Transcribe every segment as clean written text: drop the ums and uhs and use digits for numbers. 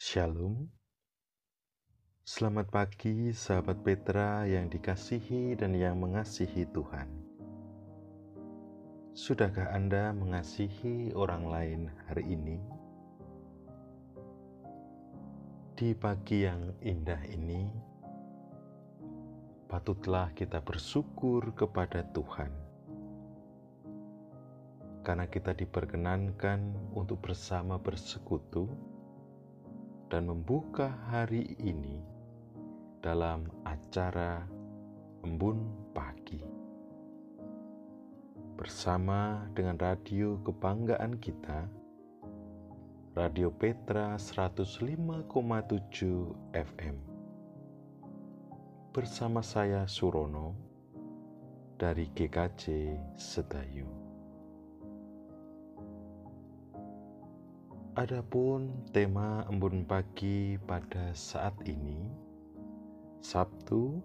Shalom, selamat pagi sahabat Petra yang dikasihi dan yang mengasihi Tuhan. Sudahkah Anda mengasihi orang lain hari ini? Di pagi yang indah ini, patutlah kita bersyukur kepada Tuhan. Karena kita diperkenankan untuk bersama bersekutu dan membuka hari ini dalam acara Embun Pagi. Bersama dengan radio kebanggaan kita, Radio Petra 105,7 FM. Bersama saya Surono dari GKJ Sedayu. Adapun tema Embun Pagi pada saat ini, Sabtu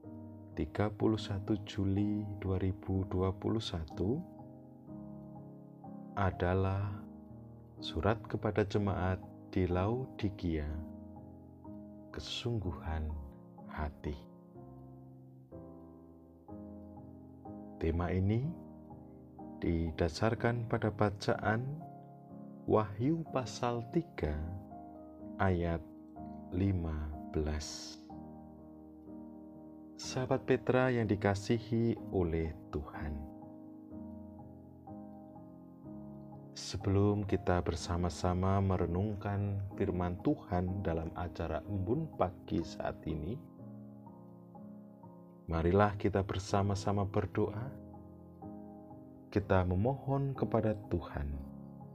31 Juli 2021 adalah surat kepada jemaat di Laodikia, kesungguhan hati. Tema ini didasarkan pada bacaan Wahyu pasal 3 ayat 15. Sahabat Petra yang dikasihi oleh Tuhan. Sebelum kita bersama-sama merenungkan firman Tuhan dalam acara Embun Pagi saat ini, marilah kita bersama-sama berdoa. Kita memohon kepada Tuhan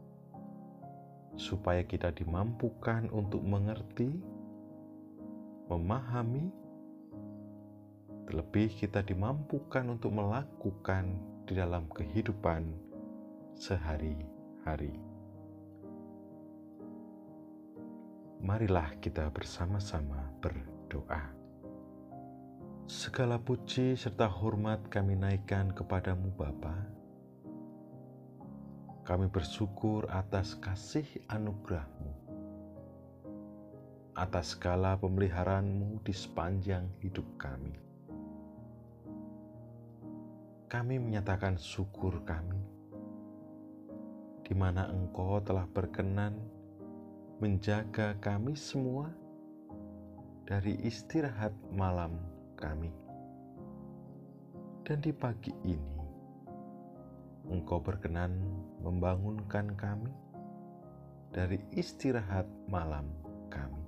supaya kita dimampukan untuk mengerti, memahami, terlebih kita dimampukan untuk melakukan di dalam kehidupan sehari-hari. Marilah kita bersama-sama berdoa. Segala puji serta hormat kami naikkan kepadamu Bapa. Kami bersyukur atas kasih anugerah-Mu, atas segala pemeliharaan-Mu di sepanjang hidup kami. Kami menyatakan syukur kami, di mana Engkau telah berkenan menjaga kami semua dari istirahat malam kami. Dan di pagi ini, Engkau berkenan membangunkan kami dari istirahat malam kami.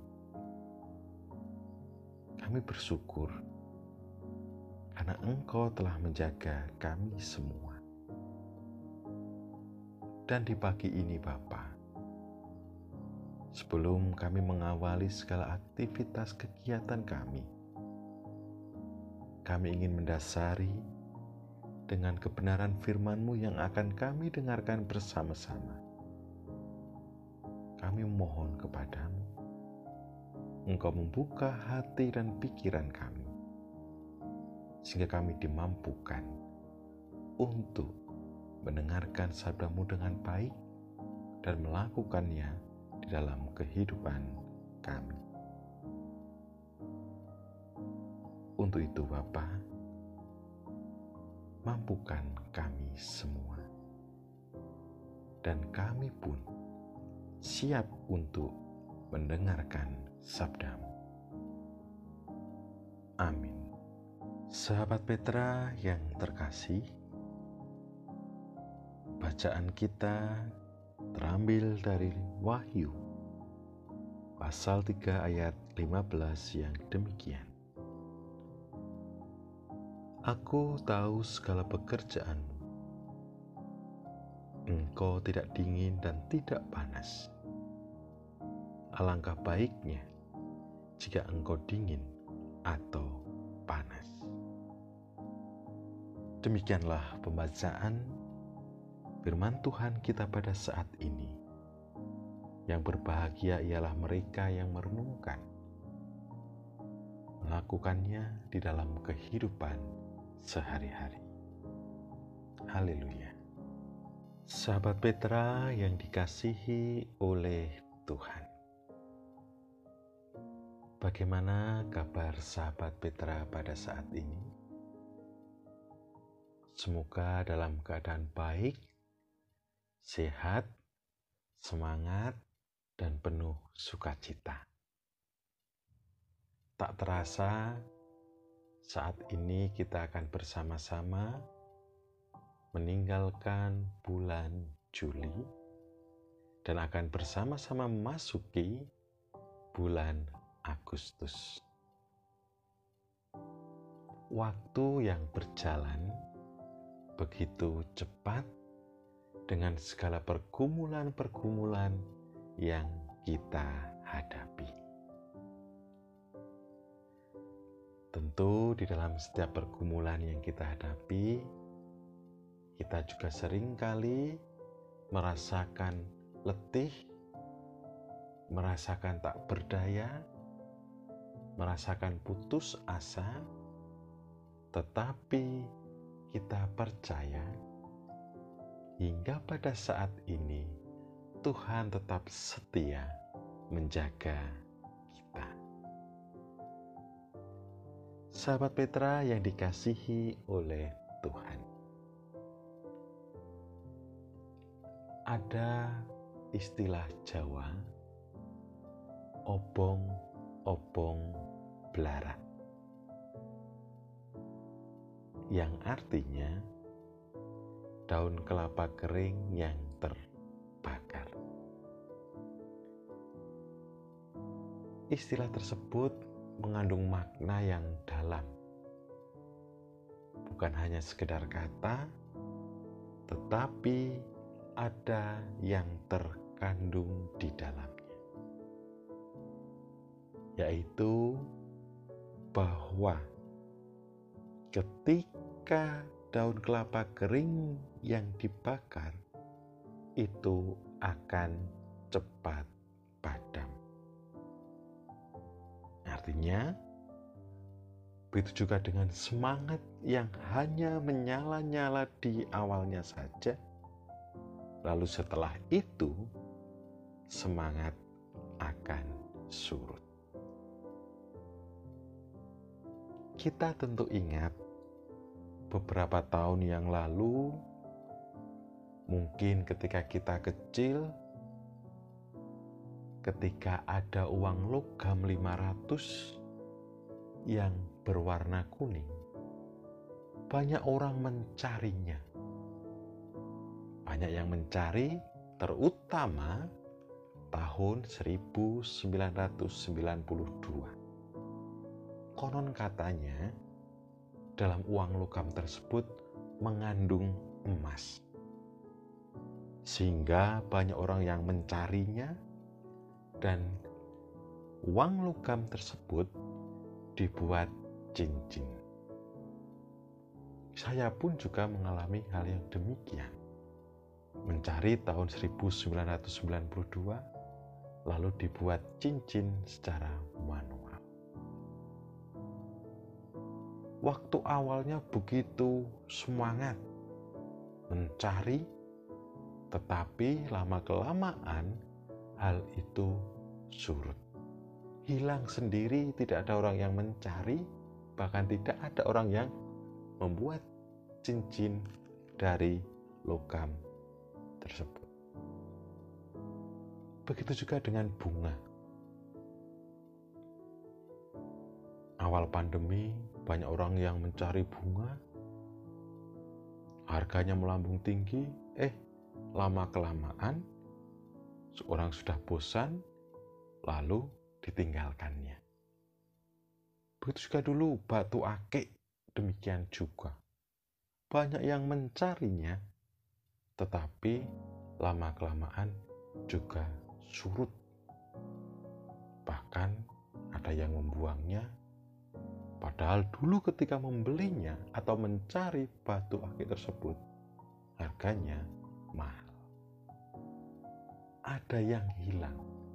Kami bersyukur karena Engkau telah menjaga kami semua. Dan di pagi ini Bapa, sebelum kami mengawali segala aktivitas kegiatan kami ingin mendasari dengan kebenaran firman-Mu yang akan kami dengarkan bersama-sama. Kami mohon kepadamu, Engkau membuka hati dan pikiran kami, sehingga kami dimampukan untuk mendengarkan sabda-Mu dengan baik dan melakukannya di dalam kehidupan kami. Untuk itu Bapa, mampukan kami semua, dan kami pun siap untuk mendengarkan sabda-Mu. Amin. Sahabat Petra yang terkasih, bacaan kita terambil dari Wahyu pasal 3 ayat 15 yang demikian. Aku tahu segala pekerjaanmu. Engkau tidak dingin dan tidak panas. Alangkah baiknya jika engkau dingin atau panas. Demikianlah pembacaan firman Tuhan kita pada saat ini. Yang berbahagia ialah mereka yang merenungkan, melakukannya di dalam kehidupan sehari-hari. Haleluya. Sahabat Petra yang dikasihi oleh Tuhan, Bagaimana kabar sahabat Petra pada saat ini? Semoga dalam keadaan baik, sehat, semangat, dan penuh sukacita. Tak terasa, saat ini kita akan bersama-sama meninggalkan bulan Juli dan akan bersama-sama memasuki bulan Agustus. Waktu yang berjalan begitu cepat dengan segala pergumulan-pergumulan yang kita hadapi. Tentu di dalam setiap pergumulan yang kita hadapi, kita juga seringkali merasakan letih, merasakan tak berdaya, merasakan putus asa, tetapi kita percaya hingga pada saat ini Tuhan tetap setia menjaga kita. Sahabat Petra yang dikasihi oleh Tuhan, ada istilah Jawa, obong-obong belarak, yang artinya daun kelapa kering yang terbakar. Istilah tersebut mengandung makna yang dalam. Bukan hanya sekedar kata, tetapi ada yang terkandung di dalamnya, yaitu bahwa ketika daun kelapa kering yang dibakar itu akan cepat padam. Artinya, begitu juga dengan semangat yang hanya menyala-nyala di awalnya saja, lalu setelah itu semangat akan surut. Kita tentu ingat beberapa tahun yang lalu, mungkin ketika kita kecil, ketika ada uang logam 500 yang berwarna kuning, banyak orang mencarinya. Banyak yang mencari, terutama tahun 1992. Konon katanya, dalam uang logam tersebut mengandung emas. Sehingga banyak orang yang mencarinya dan uang logam tersebut dibuat cincin. Saya pun juga mengalami hal yang demikian. Mencari tahun 1992 lalu dibuat cincin secara manual. Waktu awalnya begitu semangat mencari, tetapi lama-kelamaan hal itu surut. Hilang sendiri, tidak ada orang yang mencari, bahkan tidak ada orang yang membuat cincin dari logam tersebut. Begitu juga dengan bunga. Awal pandemi, banyak orang yang mencari bunga, harganya melambung tinggi, lama-kelamaan seorang sudah bosan, lalu ditinggalkannya. Begitu juga dulu batu akik, demikian juga. Banyak yang mencarinya, tetapi lama-kelamaan juga surut. Bahkan ada yang membuangnya, padahal dulu ketika membelinya atau mencari batu akik tersebut, harganya mahal. Ada yang hilang,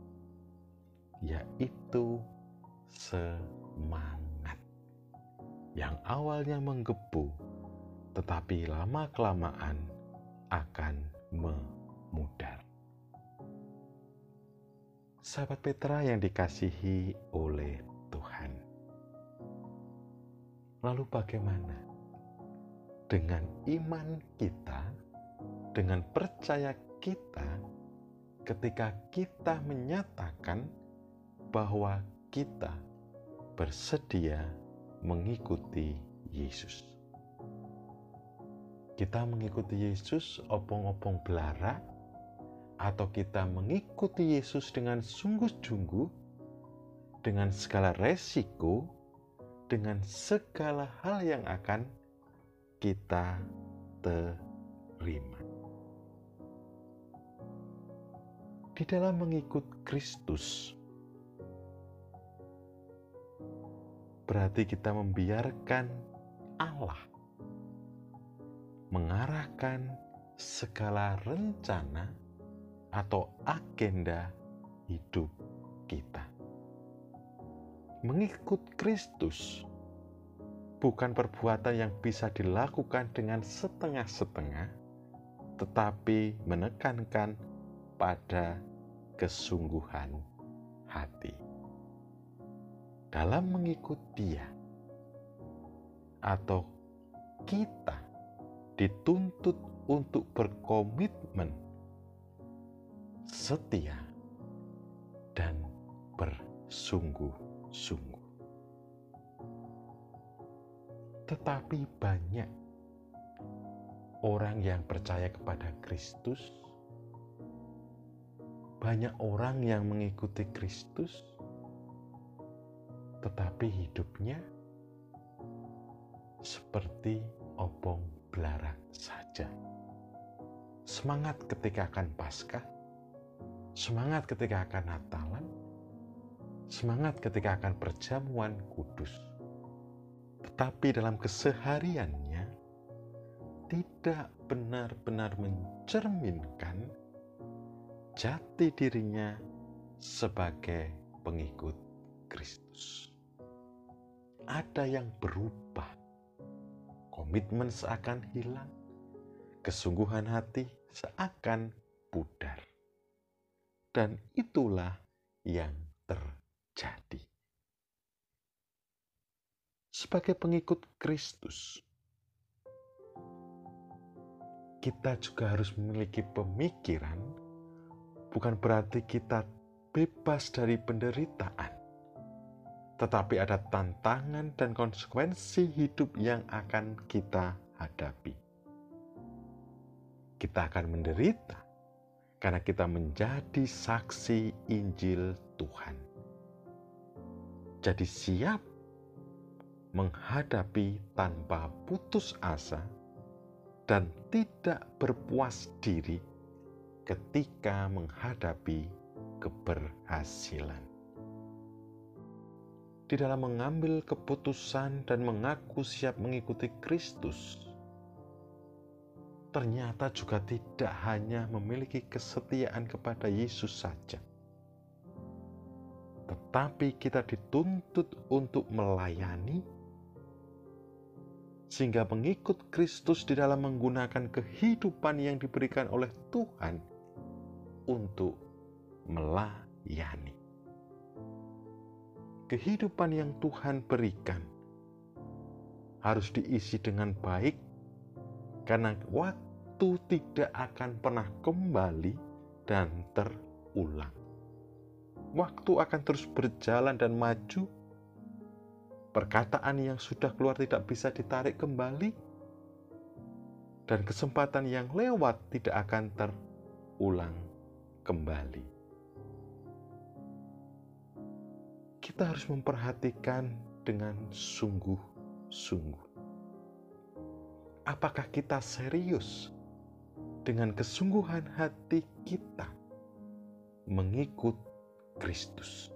yaitu semangat. Yang awalnya menggebu, tetapi lama-kelamaan akan memudar. Sahabat Petra yang dikasihi oleh Lalu bagaimana dengan iman kita, dengan percaya kita ketika kita menyatakan bahwa kita bersedia mengikuti Yesus? Kita mengikuti Yesus opong-opong belara, atau kita mengikuti Yesus dengan sungguh-sungguh, dengan segala resiko, dengan segala hal yang akan kita terima. Di dalam mengikut Kristus, berarti kita membiarkan Allah mengarahkan segala rencana atau agenda hidup kita. Mengikut Kristus bukan perbuatan yang bisa dilakukan dengan setengah-setengah, tetapi menekankan pada kesungguhan hati. Dalam mengikut Dia, atau kita dituntut untuk berkomitmen setia dan bersungguh-sungguh. Tetapi banyak orang yang percaya kepada Kristus, banyak orang yang mengikuti Kristus, tetapi hidupnya seperti opong belara saja. Semangat ketika akan Paskah, semangat ketika akan Natalan, semangat ketika akan perjamuan kudus. Tetapi dalam kesehariannya tidak benar-benar mencerminkan jati dirinya sebagai pengikut Kristus. Ada yang berubah, komitmen seakan hilang, kesungguhan hati seakan pudar. Dan itulah yang terjadi. Sebagai pengikut Kristus, kita juga harus memiliki pemikiran, bukan berarti kita bebas dari penderitaan, tetapi ada tantangan dan konsekuensi hidup yang akan kita hadapi. Kita akan menderita karena kita menjadi saksi Injil Tuhan. Jadi siap menghadapi tanpa putus asa dan tidak berpuas diri ketika menghadapi keberhasilan. Di dalam mengambil keputusan dan mengaku siap mengikuti Kristus, ternyata juga tidak hanya memiliki kesetiaan kepada Yesus saja, tetapi kita dituntut untuk melayani, sehingga mengikut Kristus di dalam menggunakan kehidupan yang diberikan oleh Tuhan untuk melayani. Kehidupan yang Tuhan berikan harus diisi dengan baik, karena waktu tidak akan pernah kembali dan terulang. Waktu akan terus berjalan dan maju. Perkataan yang sudah keluar tidak bisa ditarik kembali, dan kesempatan yang lewat tidak akan terulang kembali. Kita harus memperhatikan dengan sungguh-sungguh. Apakah kita serius dengan kesungguhan hati kita mengikut Kristus?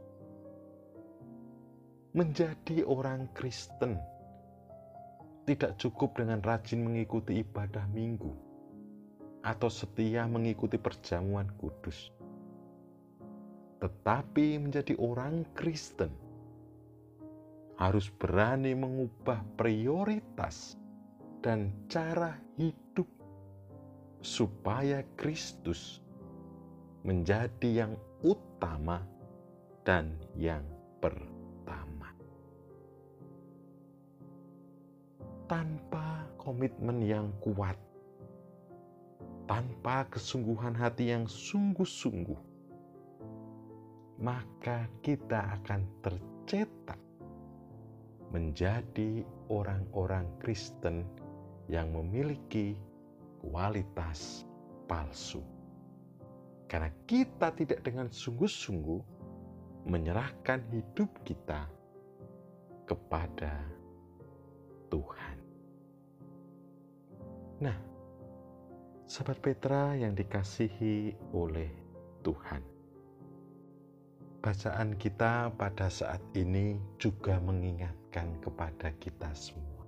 Menjadi orang Kristen tidak cukup dengan rajin mengikuti ibadah minggu atau setia mengikuti perjamuan kudus. Tetapi menjadi orang Kristen harus berani mengubah prioritas dan cara hidup supaya Kristus menjadi yang utama dan yang pertama. tanpa komitmen yang kuat, tanpa kesungguhan hati yang sungguh-sungguh, maka kita akan tercetak menjadi orang-orang Kristen yang memiliki kualitas palsu. Karena kita tidak dengan sungguh-sungguh menyerahkan hidup kita kepada Tuhan. Nah, sahabat Petra yang dikasihi oleh Tuhan, bacaan kita pada saat ini juga mengingatkan kepada kita semua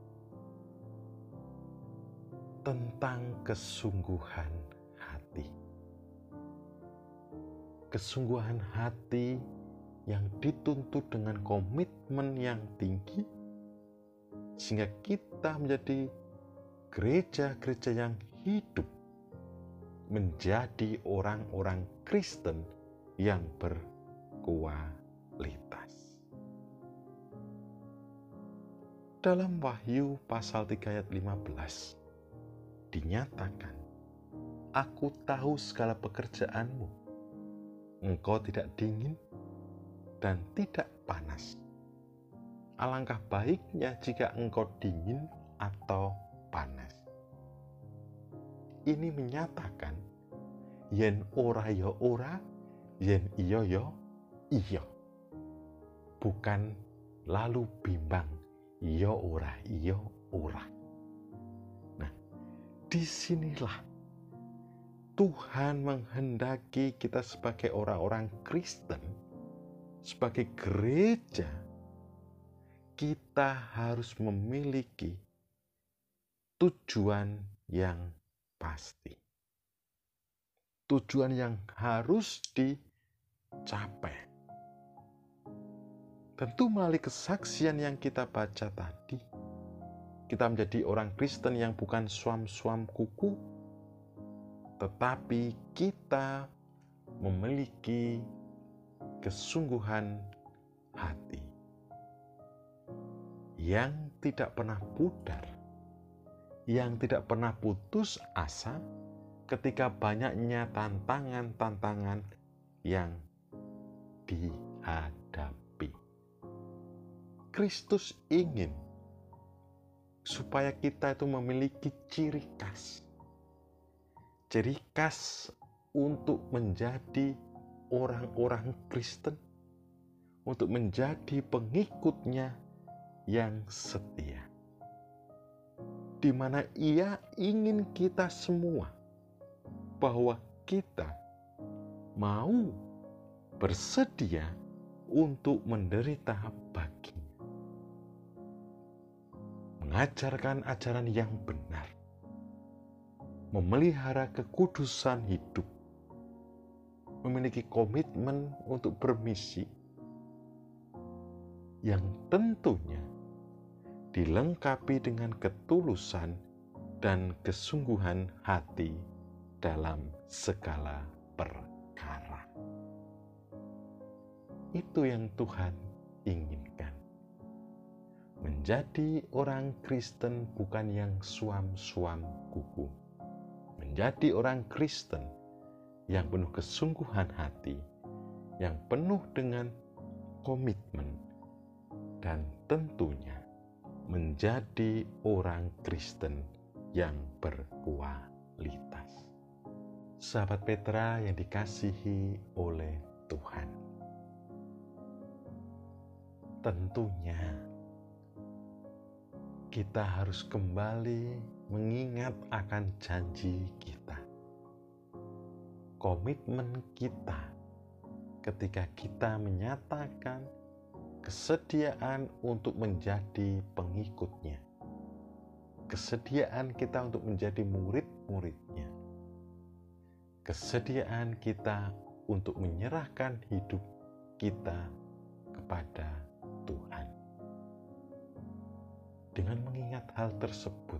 tentang kesungguhan hati. Kesungguhan hati yang dituntut dengan komitmen yang tinggi, sehingga kita menjadi gereja-gereja yang hidup, menjadi orang-orang Kristen yang berkualitas. Dalam Wahyu pasal 3 ayat 15 dinyatakan, "Aku tahu segala pekerjaanmu. Engkau tidak dingin dan tidak panas. Alangkah baiknya jika engkau dingin atau panas." Ini menyatakan yen ora ya ora, yen iya ya iya. Bukan lalu bimbang, iya ora, iya ora. Nah, disinilah Tuhan menghendaki kita sebagai orang-orang Kristen, sebagai gereja, kita harus memiliki tujuan yang pasti. Tujuan yang harus dicapai. Tentu melalui kesaksian yang kita baca tadi, kita menjadi orang Kristen yang bukan suam-suam kuku, tetapi kita memiliki kesungguhan hati yang tidak pernah pudar, yang tidak pernah putus asa ketika banyaknya tantangan-tantangan yang dihadapi. Kristus ingin supaya kita itu memiliki ciri khas untuk menjadi orang-orang Kristen, untuk menjadi pengikutnya yang setia, di mana Ia ingin kita semua bahwa kita mau bersedia untuk menderita baginya, mengajarkan ajaran yang benar, memelihara kekudusan hidup, memiliki komitmen untuk bermisi, yang tentunya dilengkapi dengan ketulusan dan kesungguhan hati dalam segala perkara. Itu yang Tuhan inginkan. Menjadi orang Kristen bukan yang suam-suam kuku. Menjadi orang Kristen yang penuh kesungguhan hati, yang penuh dengan komitmen, dan tentunya menjadi orang Kristen yang berkualitas. Sahabat Petra yang dikasihi oleh Tuhan, tentunya kita harus kembali mengingat akan janji kita, komitmen kita ketika kita menyatakan kesediaan untuk menjadi pengikutnya, kesediaan kita untuk menjadi murid-muridnya, kesediaan kita untuk menyerahkan hidup kita kepada Tuhan. Dengan mengingat hal tersebut,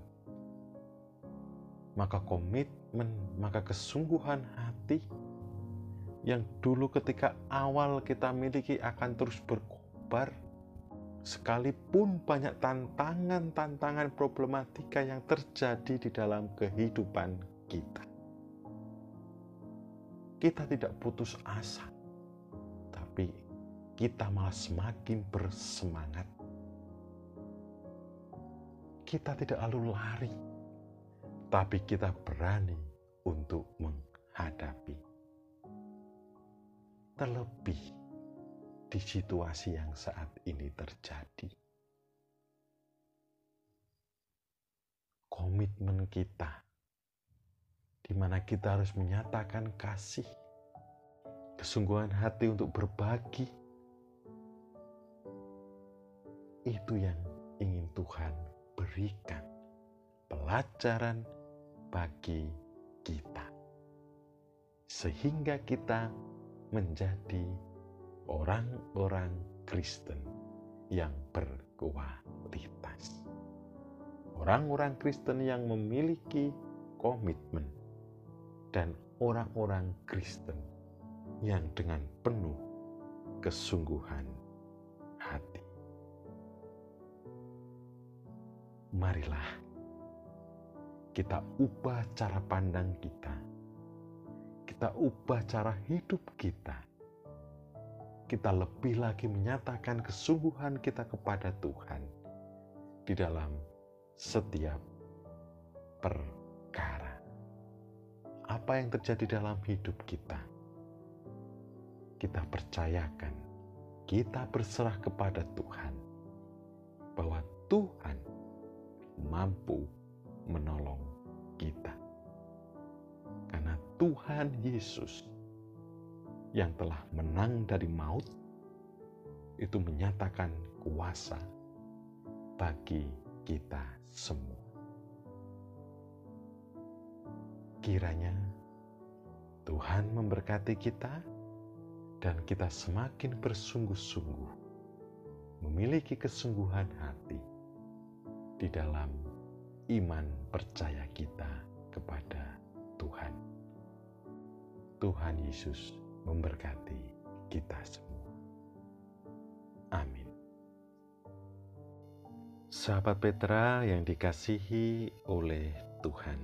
maka komitmen, maka kesungguhan hati yang dulu ketika awal kita miliki akan terus berkobar, sekalipun banyak tantangan problematika yang terjadi di dalam kehidupan kita, kita tidak putus asa, tapi kita malah semakin bersemangat. Kita tidak lalu lari, tapi kita berani untuk menghadapi. Terlebih di situasi yang saat ini terjadi. Komitmen kita, di mana kita harus menyatakan kasih, kesungguhan hati untuk berbagi, itu yang ingin Tuhan berikan pelajaran bagi kita, sehingga kita menjadi orang-orang Kristen yang berkualitas. Orang-orang Kristen yang memiliki komitmen dan orang-orang Kristen yang dengan penuh kesungguhan hati. Marilah kita ubah cara pandang kita. Kita ubah cara hidup kita. Kita lebih lagi menyatakan kesungguhan kita kepada Tuhan di dalam setiap perkara. Apa yang terjadi dalam hidup kita, kita percayakan, kita berserah kepada Tuhan, bahwa Tuhan mampu menolong kita. Karena Tuhan Yesus yang telah menang dari maut, itu menyatakan kuasa bagi kita semua. Kiranya Tuhan memberkati kita dan kita semakin bersungguh-sungguh memiliki kesungguhan hati di dalam iman percaya kita kepada Tuhan. Tuhan Yesus memberkati kita semua. Amin. Sahabat Petra yang dikasihi oleh Tuhan,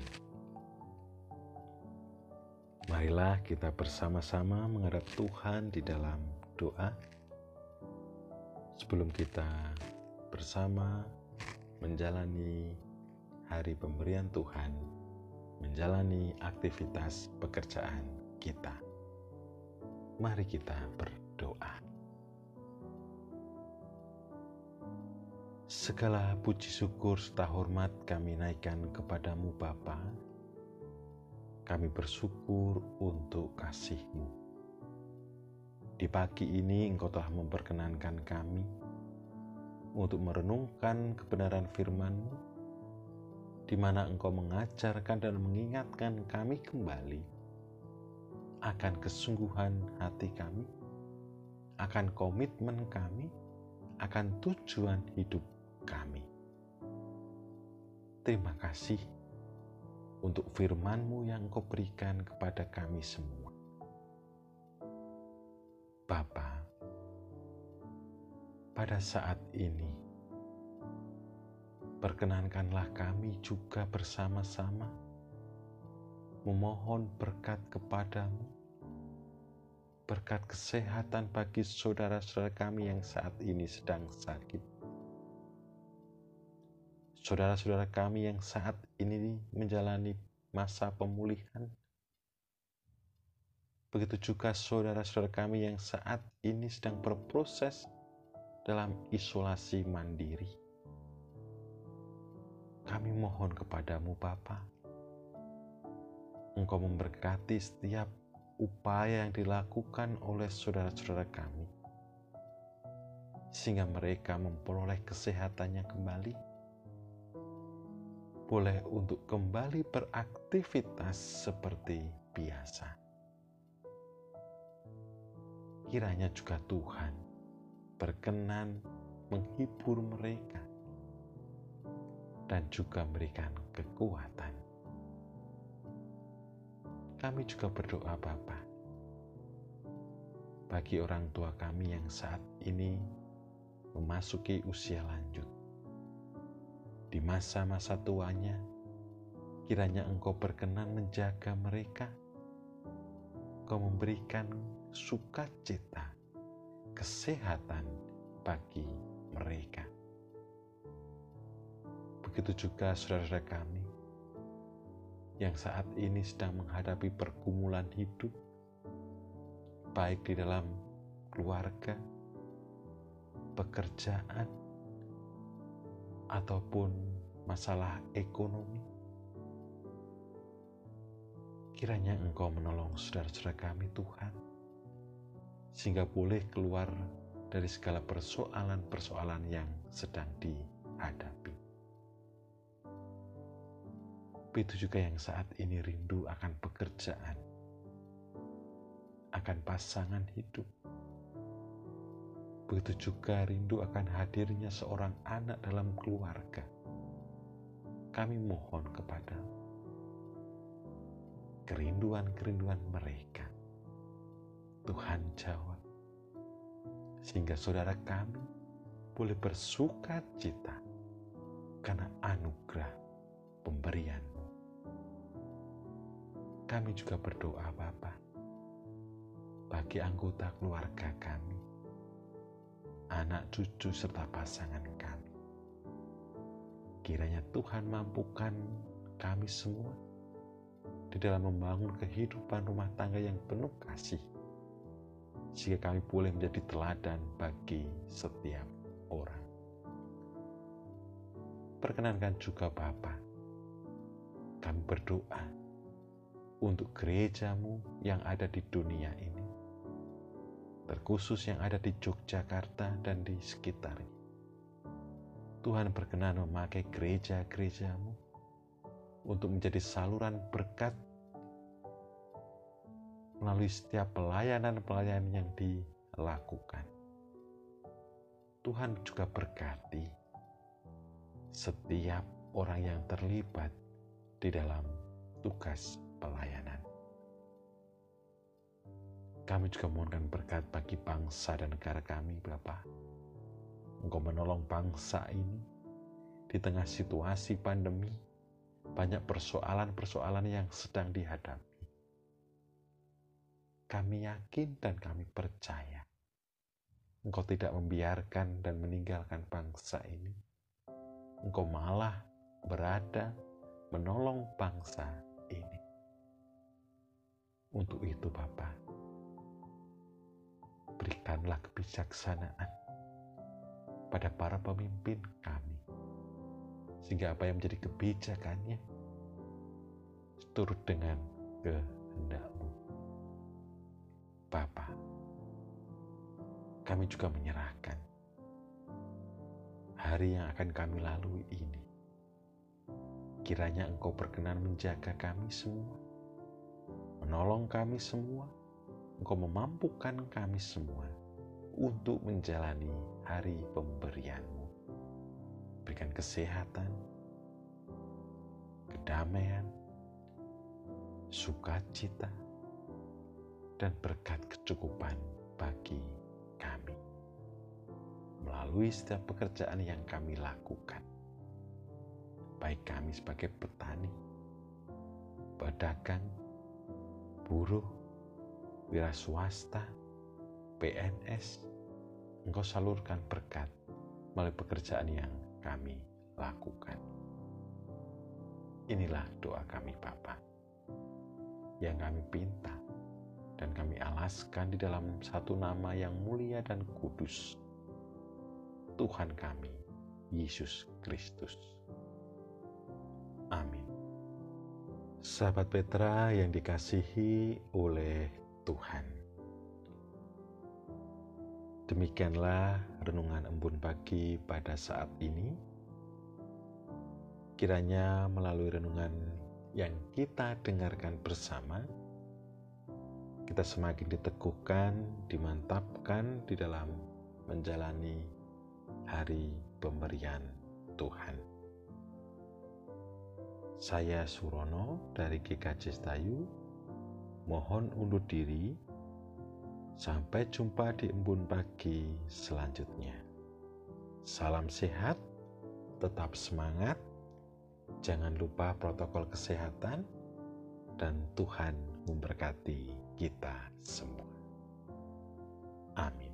marilah kita bersama-sama menghadap Tuhan di dalam doa sebelum kita bersama menjalani hari pemberian Tuhan, menjalani aktivitas pekerjaan kita. Mari kita berdoa. Segala puji syukur serta hormat kami naikkan kepadamu Bapa. Kami bersyukur untuk kasih-Mu. Di pagi ini Engkau telah memperkenankan kami untuk merenungkan kebenaran firman-Mu, di mana Engkau mengajarkan dan mengingatkan kami kembali akan kesungguhan hati kami, akan komitmen kami, akan tujuan hidup kami. Terima kasih untuk firman-Mu yang Engkau berikan kepada kami semua. Bapa, pada saat ini, perkenankanlah kami juga bersama-sama memohon berkat kepadamu, berkat kesehatan bagi saudara-saudara kami yang saat ini sedang sakit. Saudara-saudara kami yang saat ini menjalani masa pemulihan. Begitu juga saudara-saudara kami yang saat ini sedang berproses dalam isolasi mandiri. Kami mohon kepadamu Bapa, Engkau memberkati setiap upaya yang dilakukan oleh saudara-saudara kami, sehingga mereka memperoleh kesehatannya kembali, boleh untuk kembali beraktivitas seperti biasa. Kiranya juga Tuhan berkenan menghibur mereka dan juga memberikan kekuatan. Kami juga berdoa Bapa, bagi orang tua kami yang saat ini memasuki usia lanjut. Di masa-masa tuanya, kiranya Engkau berkenan menjaga mereka. Engkau memberikan sukacita, kesehatan bagi mereka. Begitu juga saudara-saudara kami yang saat ini sedang menghadapi pergumulan hidup, baik di dalam keluarga, pekerjaan, ataupun masalah ekonomi. Kiranya Engkau menolong saudara-saudara kami Tuhan, sehingga boleh keluar dari segala persoalan-persoalan yang sedang dihadapi. Begitu juga yang saat ini rindu akan pekerjaan, akan pasangan hidup. Begitu juga rindu akan hadirnya seorang anak dalam keluarga. Kami mohon kepada kerinduan-kerinduan mereka, Tuhan jawab, sehingga saudara kami boleh bersuka cita karena anugerah pemberian-Mu. Kami juga berdoa Bapa bagi anggota keluarga kami, anak cucu serta pasangan kami. Kiranya Tuhan mampukan kami semua di dalam membangun kehidupan rumah tangga yang penuh kasih, sehingga kami boleh menjadi teladan bagi setiap orang. Perkenankan juga Bapa, kami berdoa untuk gereja-Mu yang ada di dunia ini, terkhusus yang ada di Yogyakarta dan di sekitarnya. Tuhan berkenan memakai gereja-gereja-Mu untuk menjadi saluran berkat melalui setiap pelayanan-pelayanan yang dilakukan. Tuhan juga berkati setiap orang yang terlibat di dalam tugas pelayanan. Kami juga mohonkan berkat bagi bangsa dan negara kami, Bapa. Engkau menolong bangsa ini di tengah situasi pandemi, banyak persoalan-persoalan yang sedang dihadapi. Kami yakin dan kami percaya Engkau tidak membiarkan dan meninggalkan bangsa ini. Engkau malah berada menolong bangsa ini. Untuk itu Bapa, berikanlah kebijaksanaan pada para pemimpin kami, sehingga apa yang menjadi kebijakannya turut dengan kehendak-Mu. Bapa, kami juga menyerahkan hari yang akan kami lalui ini. Kiranya Engkau berkenan menjaga kami semua, menolong kami semua, Engkau memampukan kami semua untuk menjalani hari pemberian-Mu. Berikan kesehatan, kedamaian, sukacita, dan berkat kecukupan bagi kami melalui setiap pekerjaan yang kami lakukan, baik kami sebagai petani, pedagang, buruh, wira swasta, PNS. Engkau salurkan berkat melalui pekerjaan yang kami lakukan. Inilah doa kami Bapa, yang kami pinta dan kami alaskan di dalam satu nama yang mulia dan kudus, Tuhan kami, Yesus Kristus. Amin. Sahabat Petra yang dikasihi oleh Tuhan, demikianlah renungan embun pagi pada saat ini. Kiranya melalui renungan yang kita dengarkan bersama, kita semakin diteguhkan, dimantapkan di dalam menjalani hari pemberian Tuhan. Saya Surono dari GKJ Setayu, mohon undur diri. Sampai jumpa di embun pagi selanjutnya. Salam sehat, tetap semangat, jangan lupa protokol kesehatan, dan Tuhan memberkati kita semua. Amin.